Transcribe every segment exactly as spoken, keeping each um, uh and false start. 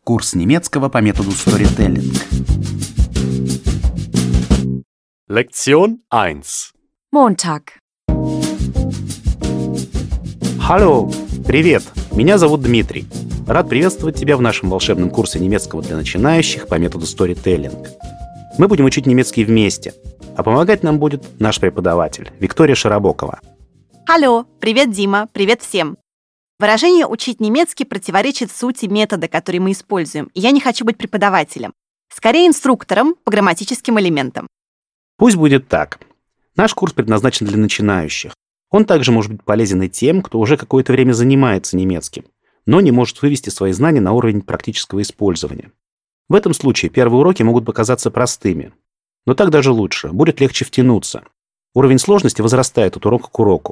Курс немецкого по методу Storytelling. Lektion eins. Montag. Hallo, привет! Меня зовут Дмитрий. Рад приветствовать тебя в нашем волшебном курсе немецкого для начинающих по методу Storytelling. Мы будем учить немецкий вместе, а помогать нам будет наш преподаватель Виктория Широбокова. Алло, привет, Дима, привет всем. Выражение «учить немецкий» противоречит сути метода, который мы используем, и я не хочу быть преподавателем. Скорее, инструктором по грамматическим элементам. Пусть будет так. Наш курс предназначен для начинающих. Он также может быть полезен и тем, кто уже какое-то время занимается немецким, но не может вывести свои знания на уровень практического использования. В этом случае первые уроки могут показаться простыми. Но так даже лучше, будет легче втянуться. Уровень сложности возрастает от урока к уроку.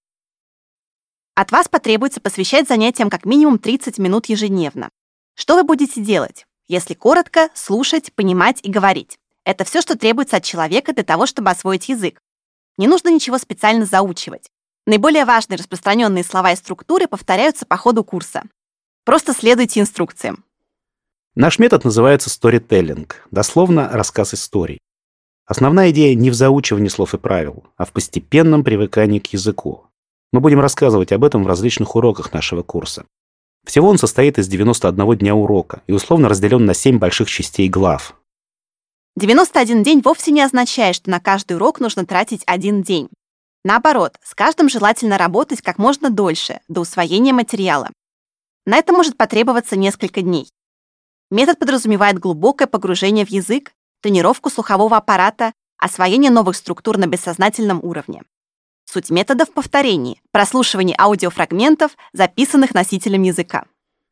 От вас потребуется посвящать занятиям как минимум тридцать минут ежедневно. Что вы будете делать? Если коротко, слушать, понимать и говорить. Это все, что требуется от человека для того, чтобы освоить язык. Не нужно ничего специально заучивать. Наиболее важные распространенные слова и структуры повторяются по ходу курса. Просто следуйте инструкциям. Наш метод называется Storytelling, дословно рассказ историй. Основная идея не в заучивании слов и правил, а в постепенном привыкании к языку. Мы будем рассказывать об этом в различных уроках нашего курса. Всего он состоит из девяноста одного дня урока и условно разделен на семь больших частей глав. девяносто один день вовсе не означает, что на каждый урок нужно тратить один день. Наоборот, с каждым желательно работать как можно дольше, до усвоения материала. На это может потребоваться несколько дней. Метод подразумевает глубокое погружение в язык, тренировку слухового аппарата, освоение новых структур на бессознательном уровне. Суть метода в повторении, прослушивании аудиофрагментов, записанных носителем языка.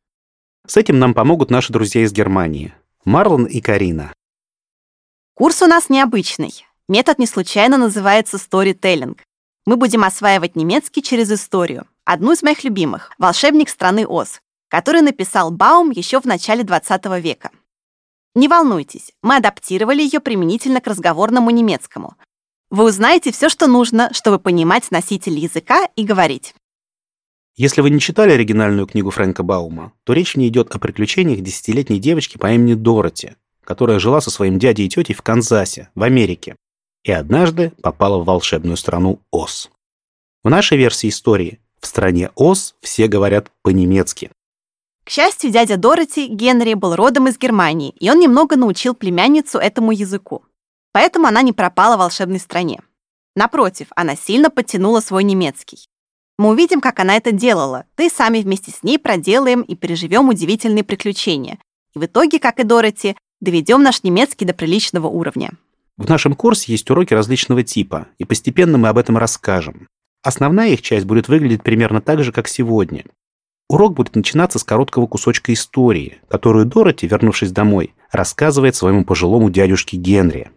С этим нам помогут наши друзья из Германии, Марлон и Карина. Курс у нас необычный. Метод не случайно называется Storytelling. Мы будем осваивать немецкий через историю. Одну из моих любимых – «Волшебник страны Оз», который написал Баум еще в начале двадцатого века. Не волнуйтесь, мы адаптировали ее применительно к разговорному немецкому. Вы узнаете все, что нужно, чтобы понимать носитель языка и говорить. Если вы не читали оригинальную книгу Фрэнка Баума, то речь в ней идет о приключениях десятилетней девочки по имени Дороти, которая жила со своим дядей и тетей в Канзасе, в Америке, и однажды попала в волшебную страну Оз. В нашей версии истории в стране Оз все говорят по-немецки. К счастью, дядя Дороти, Генри, был родом из Германии, и он немного научил племянницу этому языку. Поэтому она не пропала в волшебной стране. Напротив, она сильно подтянула свой немецкий. Мы увидим, как она это делала, да и сами вместе с ней проделаем и переживем удивительные приключения. И в итоге, как и Дороти, доведем наш немецкий до приличного уровня. В нашем курсе есть уроки различного типа, и постепенно мы об этом расскажем. Основная их часть будет выглядеть примерно так же, как сегодня. Урок будет начинаться с короткого кусочка истории, которую Дороти, вернувшись домой, рассказывает своему пожилому дядюшке Генри.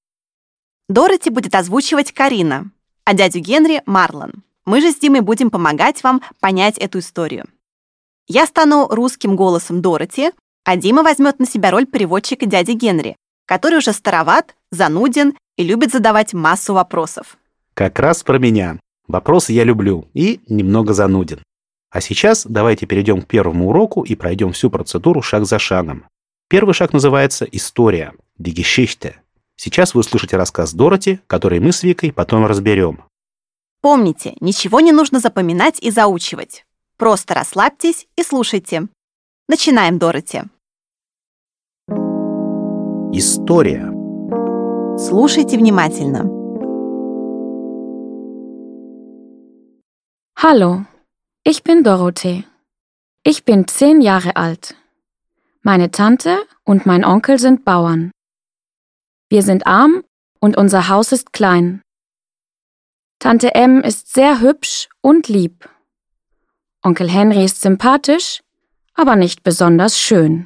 Дороти будет озвучивать Карина, а дядю Генри — Марлон. Мы же с Димой будем помогать вам понять эту историю. Я стану русским голосом Дороти, а Дима возьмет на себя роль переводчика дяди Генри, который уже староват, зануден и любит задавать массу вопросов. Как раз про меня. Вопросы я люблю и немного зануден. А сейчас давайте перейдем к первому уроку и пройдем всю процедуру шаг за шагом. Первый шаг называется «История» – «Die Geschichte». Сейчас вы услышите рассказ Дороти, который мы с Викой потом разберем. Помните, ничего не нужно запоминать и заучивать. Просто расслабьтесь и слушайте. Начинаем, Дороти. История. Слушайте внимательно. Hallo, ich bin Dorothee. Ich bin zehn Jahre alt. Meine Tante und mein Onkel sind Bauern. Wir sind arm und unser Haus ist klein. Tante Em ist sehr hübsch und lieb. Onkel Henry ist sympathisch, aber nicht besonders schön.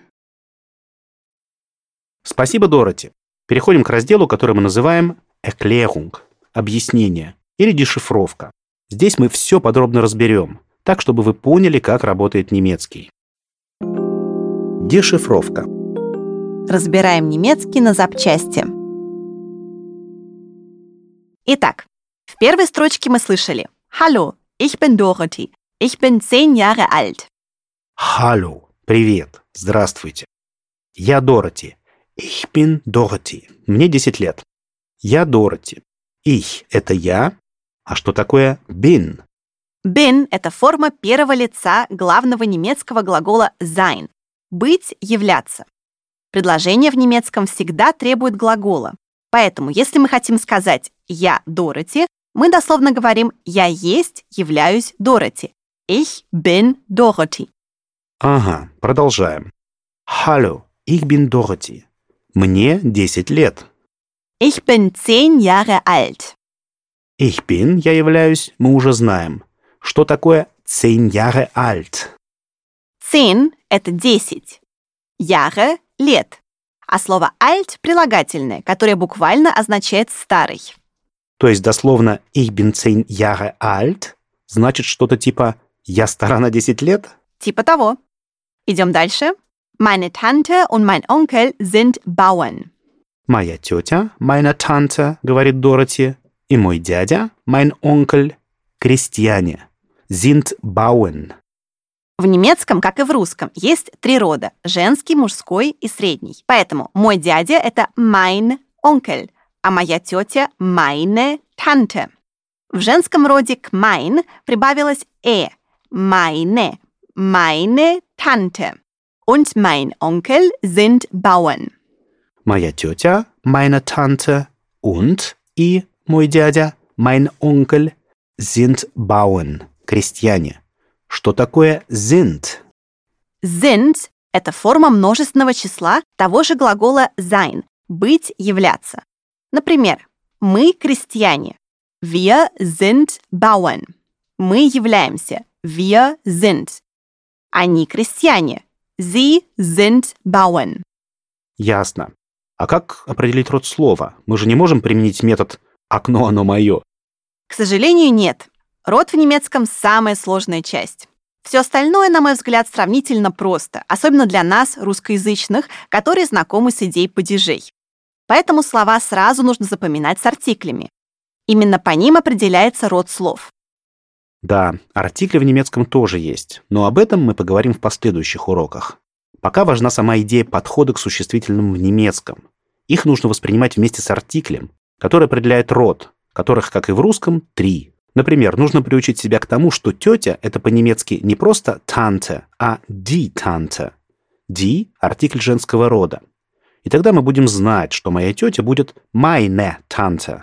Спасибо, Дороти. Переходим к разделу, который мы называем Erklärung – объяснение или дешифровка. Здесь мы все подробно разберем, так, чтобы вы поняли, как работает немецкий. Дешифровка. Разбираем немецкий на запчасти. Итак, в первой строчке мы слышали «Hallo, ich bin Dorothee. Ich bin zehn Jahre alt». Hallo, Привет, здравствуйте. Я Дороти. Ich bin Dorothy. Мне десять лет. Я Дороти. Ich – это я. А что такое bin? Bin – это форма первого лица главного немецкого глагола sein – быть, являться. Предложение в немецком всегда требует глагола. Поэтому, если мы хотим сказать «я Дороти», мы дословно говорим «я есть, являюсь Дороти». Ich bin Dorothy. Ага, продолжаем. Hallo, ich bin Dorothee. Мне десять лет. Ich bin zehn Jahre alt. Ich bin, я являюсь, мы уже знаем. Что такое zehn Jahre alt? Zehn – это десять. Jahre – лет. А слово alt – прилагательное, которое буквально означает «старый». То есть дословно ich bin zehn Jahre alt значит что-то типа «я стара на десять лет»? Типа того. Идем дальше. Meine Tante und mein Onkel sind Bauern. Моя тетя, meine Tante, говорит Дороти, и мой дядя, mein Onkel, крестьяне, sind Bauern. В немецком, как и в русском, есть три рода – женский, мужской и средний. Поэтому мой дядя – это mein Onkel, а моя тетя – meine Tante. В женском роде к mein прибавилось «э» – meine, meine Tante. Und mein Onkel sind Bauern. Моя тетя, meine Tante, und и мой дядя, mein Onkel, sind Bauern, крестьяне. Что такое sind? Sind – это форма множественного числа того же глагола sein – быть, являться. Например, мы крестьяне. Wir sind Bauern. Мы являемся. Wir sind. Они крестьяне. Sie sind Bauern. Ясно. А как определить род слова? Мы же не можем применить метод «окно, оно мое». К сожалению, нет. Род в немецком – самая сложная часть. Все остальное, на мой взгляд, сравнительно просто, особенно для нас, русскоязычных, которые знакомы с идеей падежей. Поэтому слова сразу нужно запоминать с артиклями. Именно по ним определяется род слов. Да, артикли в немецком тоже есть, но об этом мы поговорим в последующих уроках. Пока важна сама идея подхода к существительным в немецком. Их нужно воспринимать вместе с артиклем, который определяет род, которых, как и в русском, три. Например, нужно приучить себя к тому, что тетя – это по-немецки не просто Tante, а die Tante. Die – артикль женского рода. И тогда мы будем знать, что моя тетя будет meine Tante.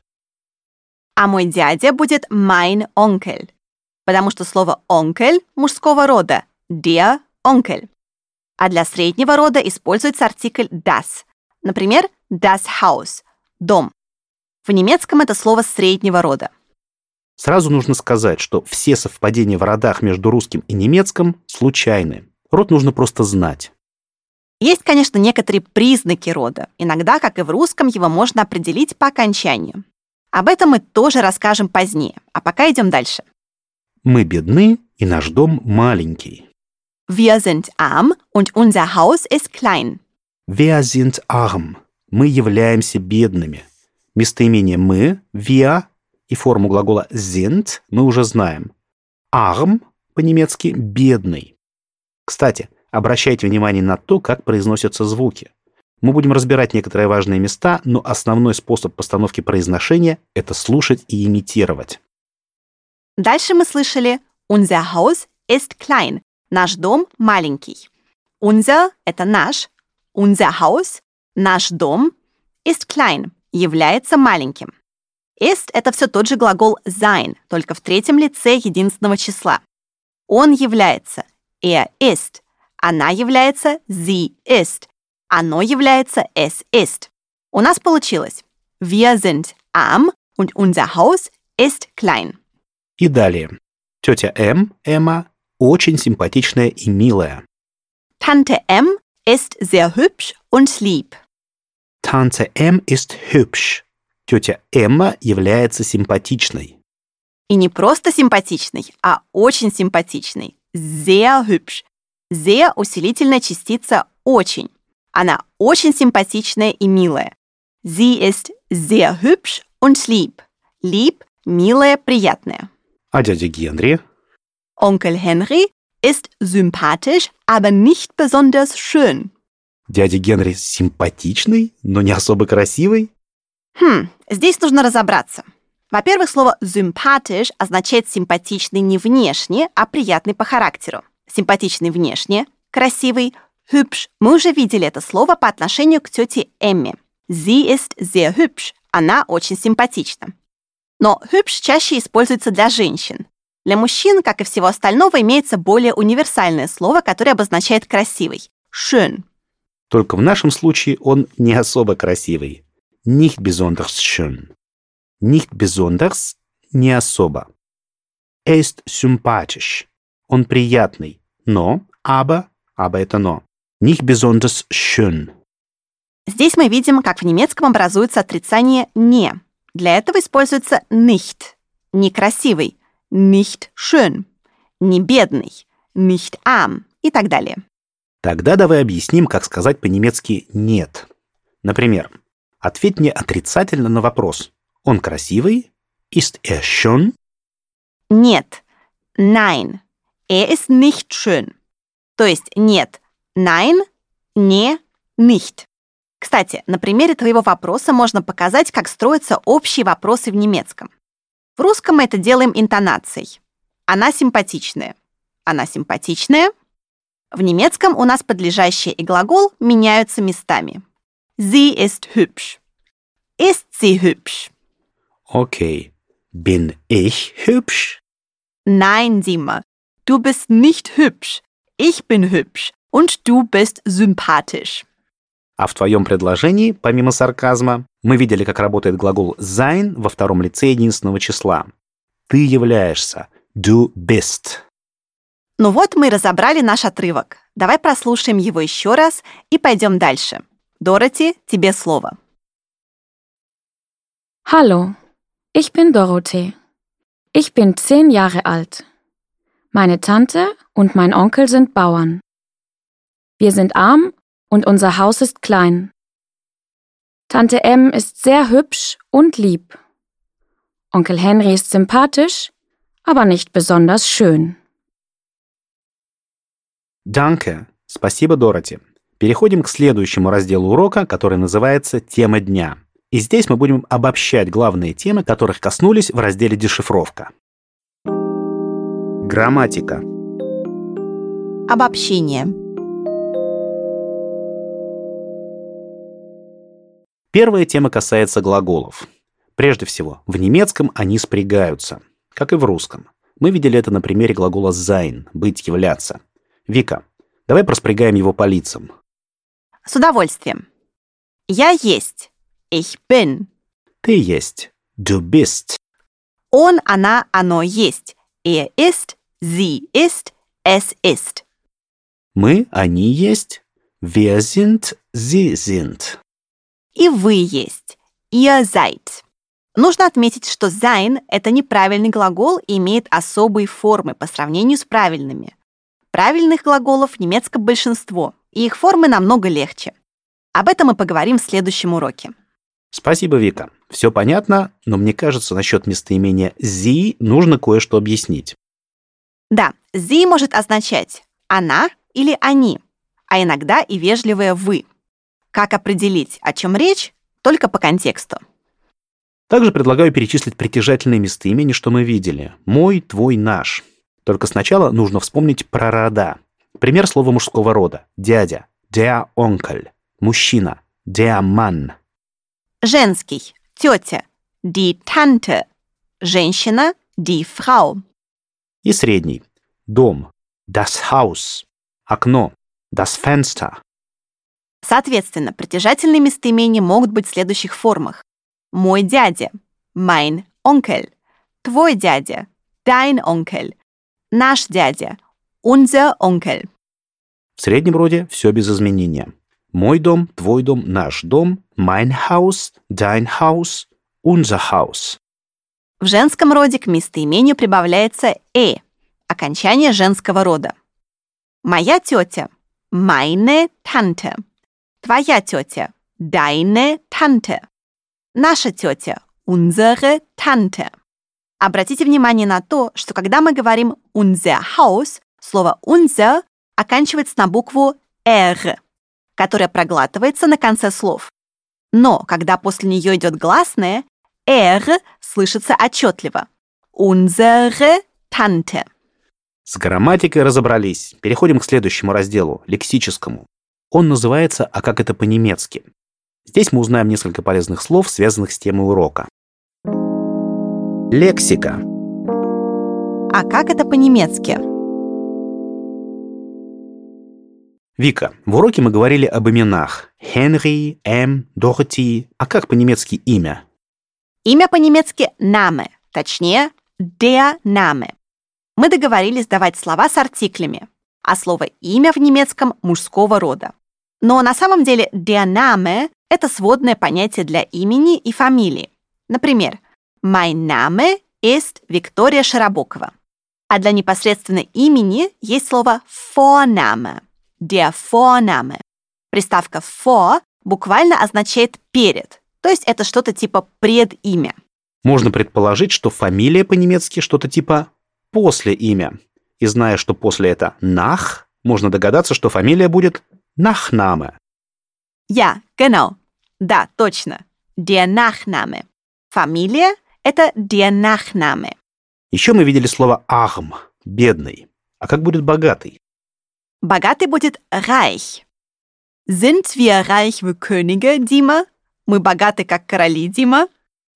А мой дядя будет mein Onkel. Потому что слово «onkel» мужского рода – der Onkel. А для среднего рода используется артикль das. Например, das Haus – дом. В немецком это слово среднего рода. Сразу нужно сказать, что все совпадения в родах между русским и немецким случайны. Род нужно просто знать. Есть, конечно, некоторые признаки рода. Иногда, как и в русском, его можно определить по окончанию. Об этом мы тоже расскажем позднее. А пока идем дальше. Мы бедны, и наш дом маленький. Wir sind arm und unser Haus ist klein. Wir sind arm. Мы являемся бедными. Местоимение «мы», wir, и форму глагола sind мы уже знаем. Arm по-немецки «бедный». Кстати, обращайте внимание на то, как произносятся звуки. Мы будем разбирать некоторые важные места, но основной способ постановки произношения – это слушать и имитировать. Дальше мы слышали «Unser Haus ist klein». Наш дом маленький. Unser – это наш. Unser Haus – наш дом. Ist klein – является маленьким. Ist – это все тот же глагол sein, только в третьем лице единственного числа. Он является er ist. Она является sie ist. Оно является es ist. У нас получилось Wir sind arm und unser Haus ist klein. И далее. Тетя М, Эмма, очень симпатичная и милая. Tante M ist sehr hübsch und lieb. Tante M ist hübsch. Тетя Эмма является симпатичной. И не просто симпатичной, а очень симпатичной. Sehr hübsch. Sehr – усилительная частица «очень». Она очень симпатичная и милая. Sie ist sehr hübsch und lieb. Lieb – милая, приятная. А дядя Генри? Onkel Henry ist sympathisch, aber nicht besonders schön. Дядя Генри симпатичный, но не особо красивый? Хм, здесь нужно разобраться. Во-первых, слово sympathisch означает симпатичный не внешне, а приятный по характеру. Симпатичный внешне, красивый, hübsch. Мы уже видели это слово по отношению к тете Эмме. Sie ist sehr hübsch. Она очень симпатична. Но hübsch чаще используется для женщин. Для мужчин, как и всего остального, имеется более универсальное слово, которое обозначает красивый. Schön. Только в нашем случае он не особо красивый. Nicht besonders schön. Nicht besonders – не особо. Er ist sympathisch. Он приятный. Но, aber, aber это но. Nicht besonders schön. Здесь мы видим, как в немецком образуется отрицание «не». Для этого используется nicht – некрасивый, nicht schön, не бедный, nicht arm и так далее. Тогда давай объясним, как сказать по-немецки «нет». Например, ответь мне отрицательно на вопрос. Он красивый? Ist er schön? Нет. Nein. Er ist nicht schön. То есть нет. Nein, не, nicht. Кстати, на примере твоего вопроса можно показать, как строятся общие вопросы в немецком. В русском мы это делаем интонацией. Она симпатичная. Она симпатичная. В немецком у нас подлежащее и глагол меняются местами. Sie ist hübsch. Ist sie hübsch? Okay. Bin ich hübsch? Nein, Dima. Du bist nicht hübsch. Ich bin hübsch. Und du bist sympathisch. А в твоем предложении, помимо сарказма, мы видели, как работает глагол sein во втором лице единственного числа. Ты являешься. Du bist. Ну вот мы и разобрали наш отрывок. Давай прослушаем его еще раз и пойдем дальше. Дороти, тебе слово. Hallo, ich bin Dorothee. Ich bin zehn Jahre alt. Meine Tante und mein Onkel sind Bauern. Wir sind arm und unser Haus ist klein. Tante Em ist sehr hübsch und lieb. Onkel Henry ist sympathisch, aber nicht besonders schön. Danke. Спасибо, Дороти. Переходим к следующему разделу урока, который называется «Тема дня». И здесь мы будем обобщать главные темы, которых коснулись в разделе «Дешифровка». Грамматика. Обобщение. Первая тема касается глаголов. Прежде всего, в немецком они спрягаются, как и в русском. Мы видели это на примере глагола sein – быть, являться. Вика, давай проспрягаем его по лицам. С удовольствием. Я есть. Ich bin. Ты есть. Du bist. Он, она, оно есть. Er ist, sie ist, es ist. Мы, они есть. Wir sind, sie sind. И вы есть. Ihr seid. Нужно отметить, что sein – это неправильный глагол и имеет особые формы по сравнению с правильными. Правильных глаголов в немецком большинство, и их формы намного легче. Об этом мы поговорим в следующем уроке. Спасибо, Вика. Все понятно, но мне кажется, насчет местоимения sie нужно кое-что объяснить. Да, sie может означать «она» или «они», а иногда и вежливое «вы». Как определить, о чем речь, только по контексту. Также предлагаю перечислить притяжательные местоимения, что мы видели. Мой, твой, наш. Только сначала нужно вспомнить про рода. Пример слова мужского рода. Дядя. Der Onkel. Мужчина. Der Mann. Женский. Тетя. Die Tante. Женщина. Die Frau. И средний. Дом. Das Haus. Окно. Das Fenster. Соответственно, притяжательные местоимения могут быть в следующих формах. Мой дядя. Mein Onkel. Твой дядя. Dein Onkel. Наш дядя. Unser Onkel. В среднем роде все без изменения. Мой дом, твой дом, наш дом. Mein Haus, dein Haus, unser Haus. В женском роде к местоимению прибавляется «э», окончание женского рода. Моя тетя. Meine Tante. Твоя тетя. Deine Tante. Наша тетя. Unsere Tante. Обратите внимание на то, что когда мы говорим unser Haus, Слово unser оканчивается на букву «р», которая проглатывается на конце слов. Но когда после нее идет гласное, «р» слышится отчетливо. Unsere Tante. С грамматикой разобрались. Переходим к следующему разделу, лексическому. Он называется «А как это по-немецки?». Здесь мы узнаем несколько полезных слов, связанных с темой урока. Лексика. А как это по-немецки? Вика, в уроке мы говорили об именах. Henry, Эм, Дороти. А как по-немецки имя? Имя по-немецки Name, точнее, der Name. Мы договорились давать слова с артиклями, а слово «имя» в немецком мужского рода. Но на самом деле der Name – это сводное понятие для имени и фамилии. Например, mein Name ist Виктория Широбокова. А для непосредственно имени есть слово Vorname, der Vorname. Приставка vor буквально означает «перед», то есть это что-то типа предимя. Можно предположить, что фамилия по-немецки что-то типа «после имя». И зная, что после это «nach», можно догадаться, что фамилия будет «Nachname». Ja, genau. Да, точно. Der Nachname. Фамилия – это der Nachname. Еще мы видели слово «arm» – «бедный». А как будет «богатый»? Богатый будет reich. Sind wir reich wie Könige, Дима? Мы богаты, как короли, Дима?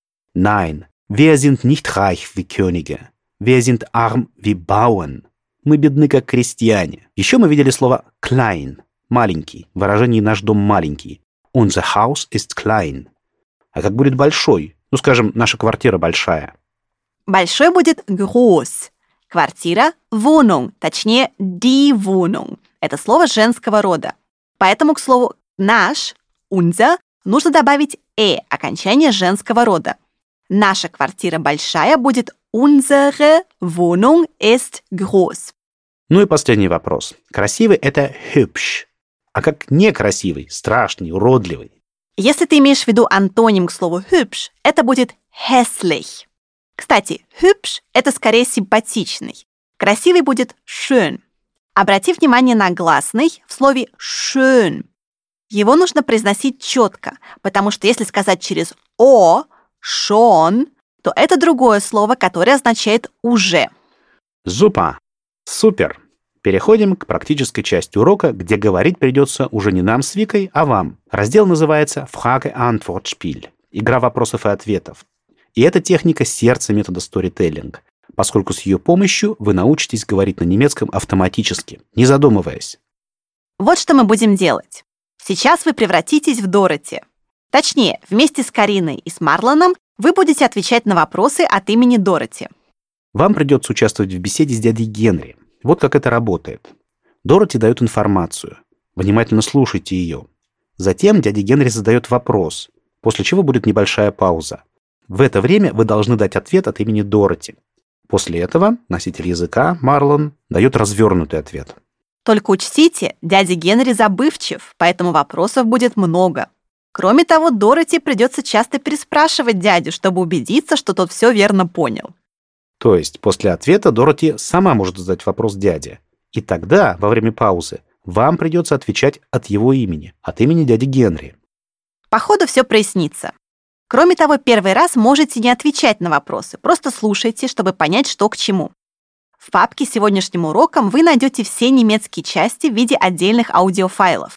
Nein, wir sind nicht reich wie Könige. Wir sind arm wie Bauern. Мы бедны, как крестьяне. Еще мы видели слово «klein» – «маленький», в выражении «наш дом маленький». Unser Haus ist klein. А как будет «большой»? Ну, скажем, наша квартира большая. Большой будет groß. Квартира – Wohnung, точнее, die Wohnung. Это слово женского рода. Поэтому к слову «наш» – unser нужно добавить «э» – окончание женского рода. Наша квартира большая будет unsere Wohnung ist groß. Ну и последний вопрос. Красивый – это hübsch. А как некрасивый, страшный, уродливый? Если ты имеешь в виду антоним к слову hübsch, это будет hässlich. Кстати, hübsch – это скорее симпатичный. Красивый будет schön. Обрати внимание на гласный в слове schön. Его нужно произносить четко, потому что если сказать через «о», «schon», то это другое слово, которое означает «уже». Super. Супер. Переходим к практической части урока, где говорить придется уже не нам с Викой, а вам. Раздел называется Frage-Antwort-Spiel. Игра вопросов и ответов. И это техника сердца метода Storytelling, поскольку с ее помощью вы научитесь говорить на немецком автоматически, не задумываясь. Вот что мы будем делать. Сейчас вы превратитесь в Дороти. Точнее, вместе с Кариной и с Марлоном вы будете отвечать на вопросы от имени Дороти. Вам придется участвовать в беседе с дядей Генри. Вот как это работает. Дороти дает информацию. Внимательно слушайте ее. Затем дядя Генри задает вопрос, после чего будет небольшая пауза. В это время вы должны дать ответ от имени Дороти. После этого носитель языка, Марлон, дает развернутый ответ. Только учтите, дядя Генри забывчив, поэтому вопросов будет много. Кроме того, Дороти придется часто переспрашивать дядю, чтобы убедиться, что тот все верно понял. То есть после ответа Дороти сама может задать вопрос дяде. И тогда, во время паузы, вам придется отвечать от его имени, от имени дяди Генри. По ходу все прояснится. Кроме того, первый раз можете не отвечать на вопросы, просто слушайте, чтобы понять, что к чему. В папке с сегодняшним уроком вы найдете все немецкие части в виде отдельных аудиофайлов.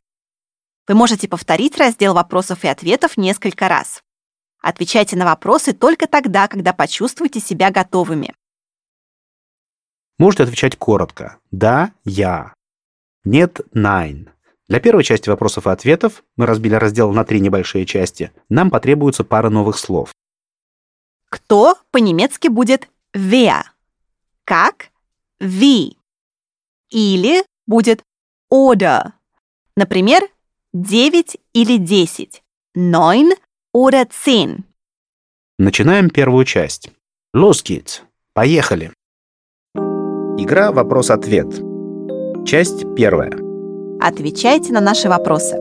Вы можете повторить раздел вопросов и ответов несколько раз. Отвечайте на вопросы только тогда, когда почувствуете себя готовыми. Можете отвечать коротко. Да, я. Нет, nein. Для первой части вопросов и ответов, мы разбили раздел на три небольшие части, нам потребуется пара новых слов. Кто по-немецки будет wer? Как? Wie? Или будет oder? Например, девять или десять. Neun oder zehn. Начинаем первую часть. Los geht's. Поехали. Игра «Вопрос-ответ». Часть первая. Отвечайте на наши вопросы.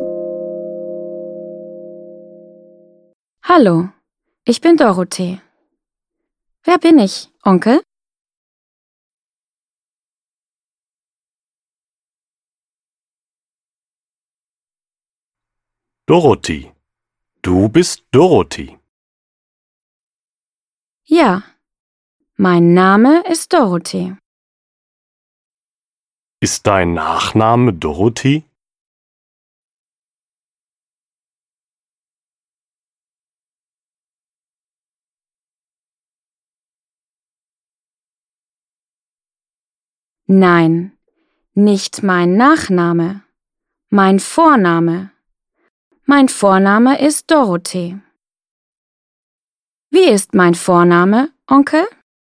Hallo, ich bin Dorothee. Wer bin ich, Onkel? Dorothy. Du bist Dorothy. Ja, mein Name ist Dorothee. Ist dein Nachname Dorothy? Nein, nicht mein Nachname, mein Vorname. Mein Vorname ist Dorothee. Wie ist mein Vorname, Onkel?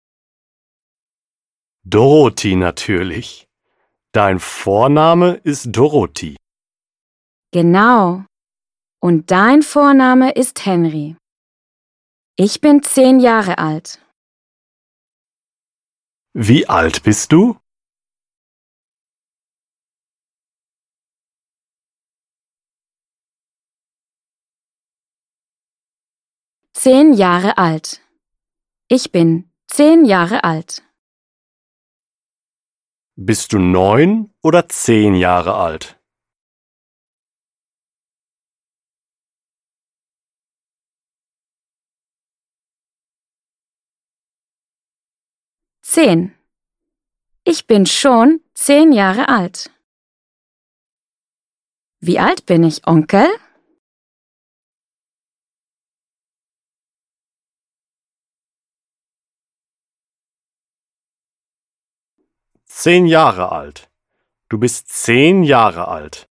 Dorothy natürlich. Dein Vorname ist Dorothy. Genau. Und dein Vorname ist Henry. Ich bin zehn Jahre alt. Wie alt bist du? Zehn Jahre alt. Ich bin zehn Jahre alt. Bist du neun oder zehn Jahre alt? Zehn. Ich bin schon zehn Jahre alt. Wie alt bin ich, Onkel? Zehn Jahre alt. Du bist zehn Jahre alt.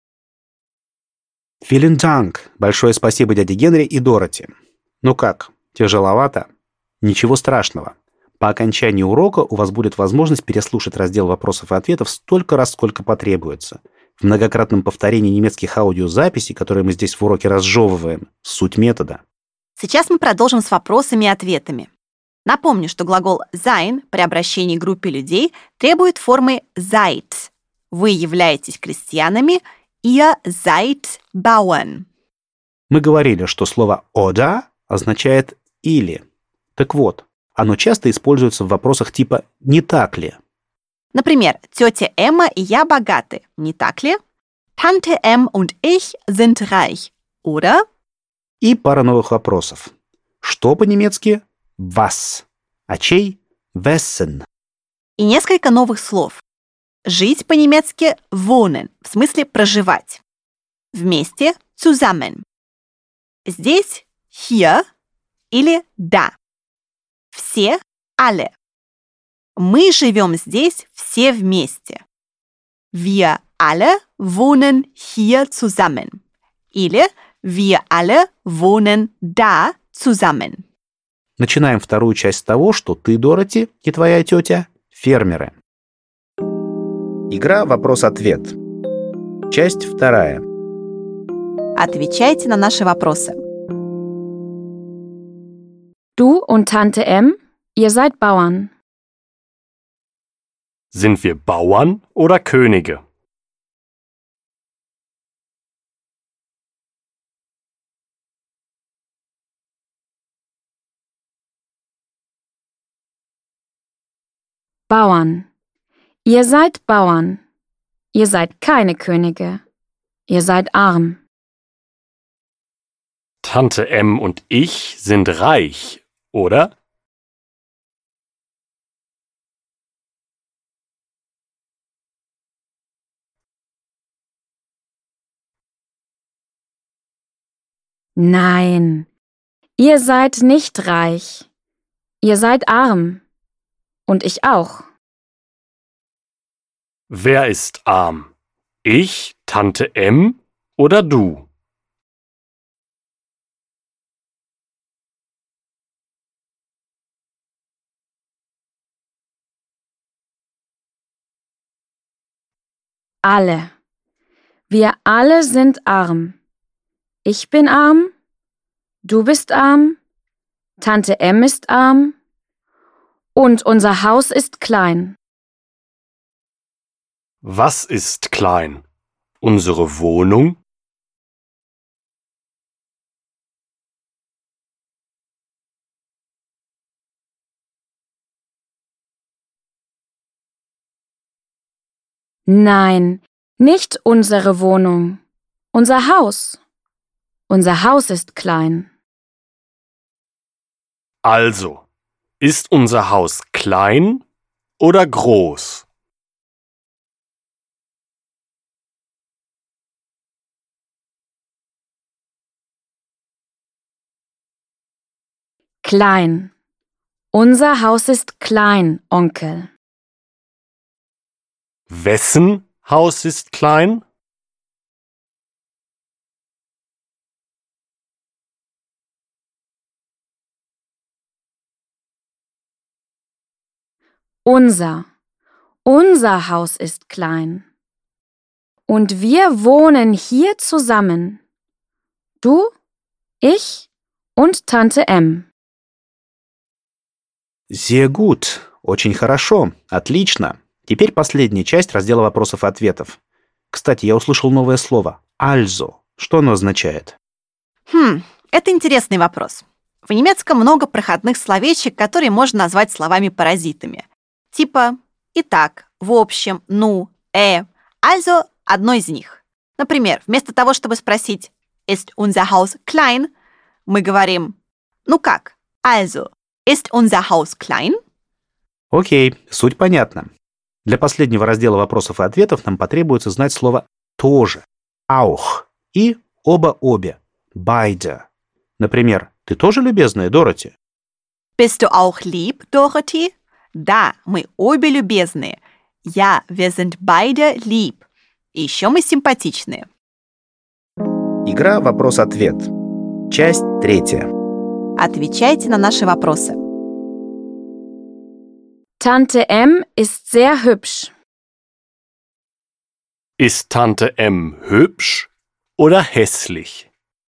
Vielen Dank. Большое спасибо дяде Генри и Дороти. Ну как, тяжеловато? Ничего страшного. По окончании урока у вас будет возможность переслушать раздел вопросов и ответов столько раз, сколько потребуется. В многократном повторении немецких аудиозаписей, которые мы здесь в уроке разжевываем, суть метода. Сейчас мы продолжим с вопросами и ответами. Напомню, что глагол sein при обращении к группе людей требует формы seid. Вы являетесь крестьянами, ihr seid Bauern. Мы говорили, что слово oder означает «или». Так вот, оно часто используется в вопросах типа «не так ли?». Например, тетя Эмма и я богаты, не так ли? Tante Em und ich sind reich. Oder? И пара новых вопросов. Что по-немецки? Was. А чей? Wessen. И несколько новых слов. Жить по-немецки wohnen, в смысле проживать. Вместе zusammen. Здесь hier или da. Все, alle. Мы живем здесь все вместе. Wir alle wohnen hier zusammen. Или wir alle wohnen da zusammen. Начинаем вторую часть с того, что ты, Дороти, и твоя тетя – фермеры. Игра «Вопрос-ответ». Часть вторая. Отвечайте на наши вопросы. Du und Tante Em, ihr seid Bauern. Sind wir Bauern oder Könige? Bauern. Ihr seid Bauern. Ihr seid keine Könige. Ihr seid arm. Tante Em und ich sind reich, oder? Nein, ihr seid nicht reich. Ihr seid arm. Und ich auch. Wer ist arm? Ich, Tante Em oder du? Alle. Wir alle sind arm. Ich bin arm. Du bist arm. Tante Em ist arm. Und unser Haus ist klein. Was ist klein? Unsere Wohnung? Nein, nicht unsere Wohnung. Unser Haus. Unser Haus ist klein. Also, ist unser Haus klein oder groß? Klein. Unser Haus ist klein, Onkel. Wessen Haus ist klein? Unser. Unser Haus ist klein. Und wir wohnen hier zusammen. Du, ich und Tante M. Sehr gut. Очень хорошо. Отлично. Теперь последняя часть раздела вопросов и ответов. Кстати, я услышал новое слово. Also. Что оно означает? Хм, это интересный вопрос. В немецком много проходных словечек, которые можно назвать словами-паразитами. Типа «итак», «в общем», «ну», «э». Also – одно из них. Например, вместо того, чтобы спросить «Ist unser Haus klein?», мы говорим «Ну как? Also, ist unser Haus klein?» Окей, суть понятна. Для последнего раздела вопросов и ответов нам потребуется знать слово «тоже», «auch» и «оба-обе», «beide». Например, «Ты тоже любезная, Дороти?» Bist du auch lieb, Dorothy? Да, мы обе любезные. Ja, wir sind beide lieb. И еще мы симпатичные. Игра «Вопрос-ответ». Часть третья. Отвечайте на наши вопросы. Tante M ist sehr hübsch. Ist Tante M hübsch oder hässlich?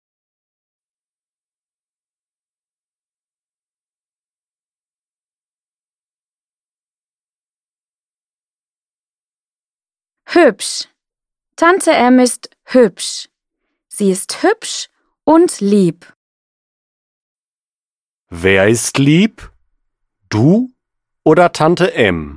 Hübsch. Tante M ist hübsch. Sie ist hübsch und lieb. Wer ist lieb? Du oder Tante M?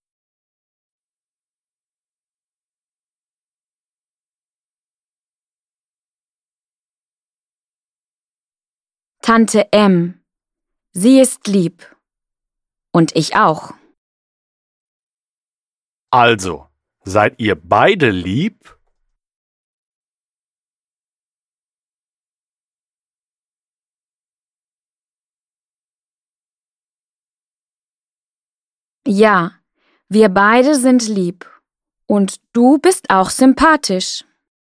Tante M. Sie ist lieb. Und ich auch. Also, seid ihr beide lieb? Ja, wir beide sind lieb. Und du bist auch sympathisch.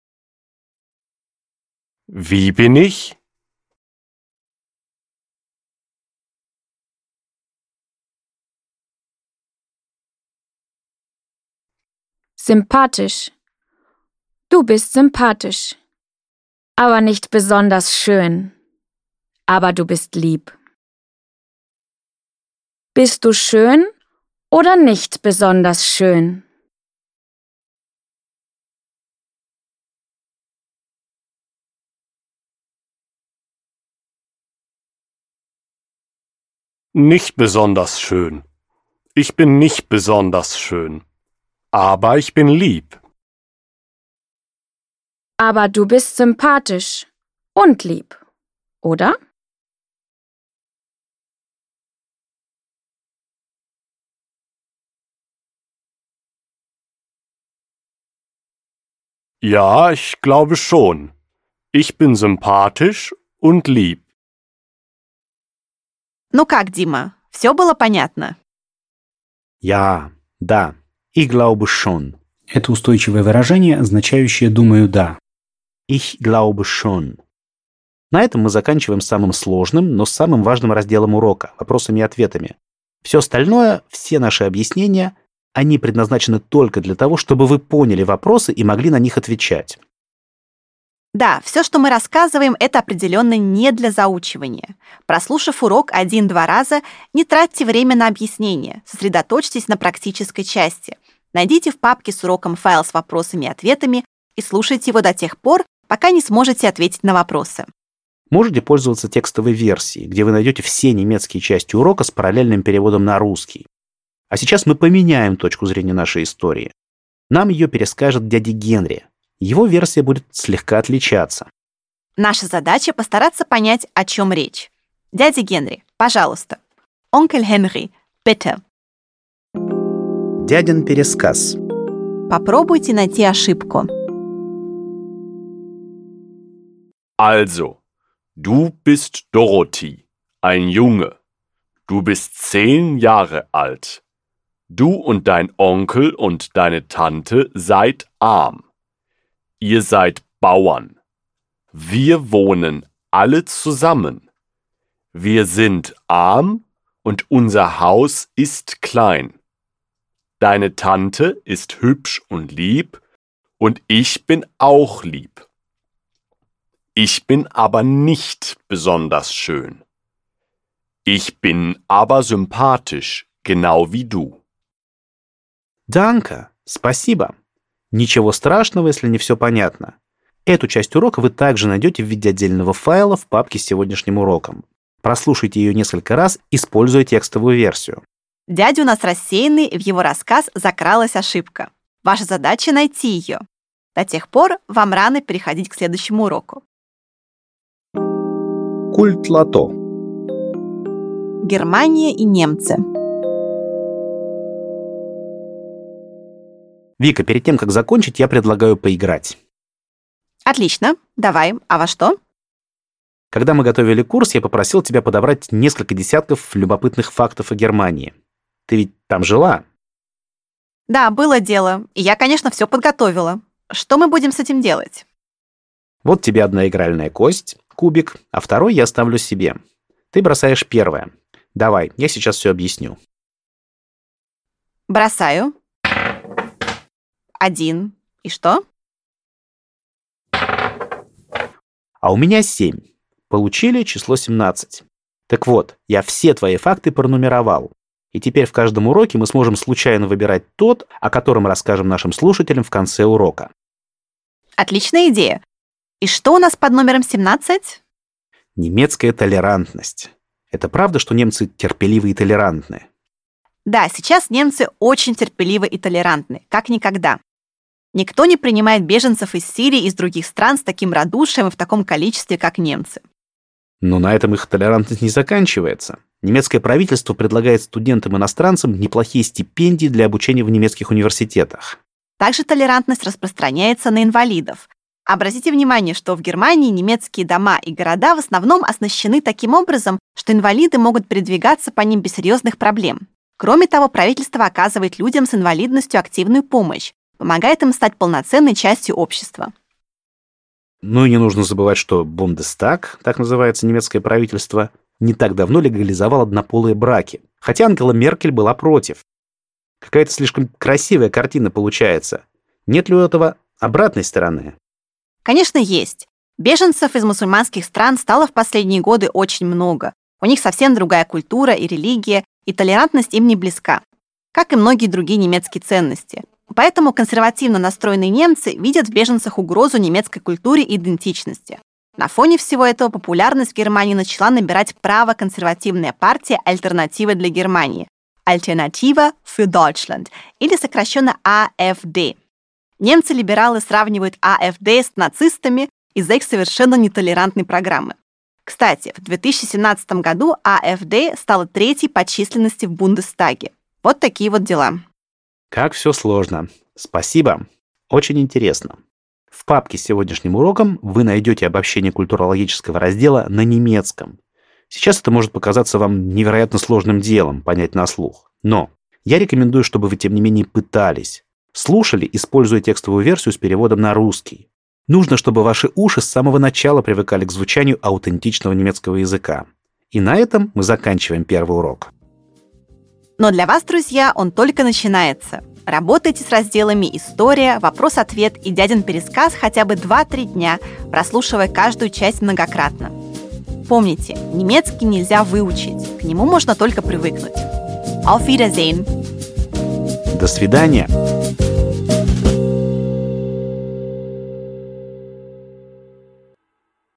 Wie bin ich? Sympathisch. Du bist sympathisch. Aber nicht besonders schön. Aber du bist lieb. Bist du schön oder nicht besonders schön? Nicht besonders schön. Ich bin nicht besonders schön. Aber ich bin lieb. Aber du bist sympathisch und lieb, oder? Ja, ich glaube schon. Ich bin sympathisch und lieb. Ну как, Дима, все было понятно? Я, да, ich glaube schon. Это устойчивое выражение, означающее «думаю, да». Ich glaube schon. На этом мы заканчиваем самым сложным, но самым важным разделом урока – вопросами и ответами. Все остальное, все наши объяснения, они предназначены только для того, чтобы вы поняли вопросы и могли на них отвечать. Да, все, что мы рассказываем, это определенно не для заучивания. Прослушав урок один-два раза, не тратьте время на объяснение, сосредоточьтесь на практической части. Найдите в папке с уроком файл с вопросами и ответами и слушайте его до тех пор, пока не сможете ответить на вопросы. Можете пользоваться текстовой версией, где вы найдете все немецкие части урока с параллельным переводом на русский. А сейчас мы поменяем точку зрения нашей истории. Нам ее перескажет дядя Генри. Его версия будет слегка отличаться. Наша задача постараться понять, о чем речь. Дядя Генри, пожалуйста. Onkel Henry, bitte. Дядин пересказ. Попробуйте найти ошибку. Also, du bist Dorothy, ein Junge. Du bist zehn Jahre alt. Du und dein Onkel und deine Tante seid arm. Ihr seid Bauern. Wir wohnen alle zusammen. Wir sind arm und unser Haus ist klein. Deine Tante ist hübsch und lieb und ich bin auch lieb. Ich bin aber nicht besonders schön. Ich bin aber sympathisch, genau wie du. Danke, спасибо. Ничего страшного, если не все понятно. Эту часть урока вы также найдете в виде отдельного файла в папке с сегодняшним уроком. Прослушайте ее несколько раз, используя текстовую версию. Дядя у нас рассеянный, и в его рассказ закралась ошибка. Ваша задача — найти ее. До тех пор вам рано переходить к следующему уроку. Культ лото. Германия и немцы. Вика, перед тем, как закончить, я предлагаю поиграть. Отлично, давай. А во что? Когда мы готовили курс, я попросил тебя подобрать несколько десятков любопытных фактов о Германии. Ты ведь там жила? Да, было дело. И я, конечно, все подготовила. Что мы будем с этим делать? Вот тебе одна игральная кость, кубик, а второй я оставлю себе. Ты бросаешь первое. Давай, я сейчас все объясню. Бросаю. Один. И что? А у меня семь. Получили число семнадцать. Так вот, я все твои факты пронумеровал. И теперь в каждом уроке мы сможем случайно выбирать тот, о котором расскажем нашим слушателям в конце урока. Отличная идея. И что у нас под номером семнадцать? Немецкая толерантность. Это правда, что немцы терпеливы и толерантны? Да, сейчас немцы очень терпеливы и толерантны, как никогда. Никто не принимает беженцев из Сирии и из других стран с таким радушием и в таком количестве, как немцы. Но на этом их толерантность не заканчивается. Немецкое правительство предлагает студентам-иностранцам неплохие стипендии для обучения в немецких университетах. Также толерантность распространяется на инвалидов. Обратите внимание, что в Германии немецкие дома и города в основном оснащены таким образом, что инвалиды могут передвигаться по ним без серьезных проблем. Кроме того, правительство оказывает людям с инвалидностью активную помощь, помогает им стать полноценной частью общества. Ну и не нужно забывать, что Бундестаг, так называется немецкое правительство, не так давно легализовал однополые браки, хотя Ангела Меркель была против. Какая-то слишком красивая картина получается. Нет ли у этого обратной стороны? Конечно, есть. Беженцев из мусульманских стран стало в последние годы очень много. У них совсем другая культура и религия, и толерантность им не близка, как и многие другие немецкие ценности. Поэтому консервативно настроенные немцы видят в беженцах угрозу немецкой культуре и идентичности. На фоне всего этого популярность в Германии начала набирать правоконсервативная партия «Альтернатива для Германии» (Alternative für Deutschland), или сокращенно а эф дэ. Немцы-либералы сравнивают а эф дэ с нацистами из-за их совершенно нетолерантной программы. Кстати, в две тысячи семнадцатом году а эф дэ стала третьей по численности в Бундестаге. Вот такие вот дела. Как все сложно. Спасибо. Очень интересно. В папке с сегодняшним уроком вы найдете обобщение культурологического раздела на немецком. Сейчас это может показаться вам невероятно сложным делом понять на слух. Но я рекомендую, чтобы вы, тем не менее, пытались. Слушали, используя текстовую версию с переводом на русский. Нужно, чтобы ваши уши с самого начала привыкали к звучанию аутентичного немецкого языка. И на этом мы заканчиваем первый урок. Но для вас, друзья, он только начинается. Работайте с разделами «История», «Вопрос-ответ» и «Дядин пересказ» хотя бы два-три дня, прослушивая каждую часть многократно. Помните, немецкий нельзя выучить, к нему можно только привыкнуть. Auf Wiedersehen! До свидания!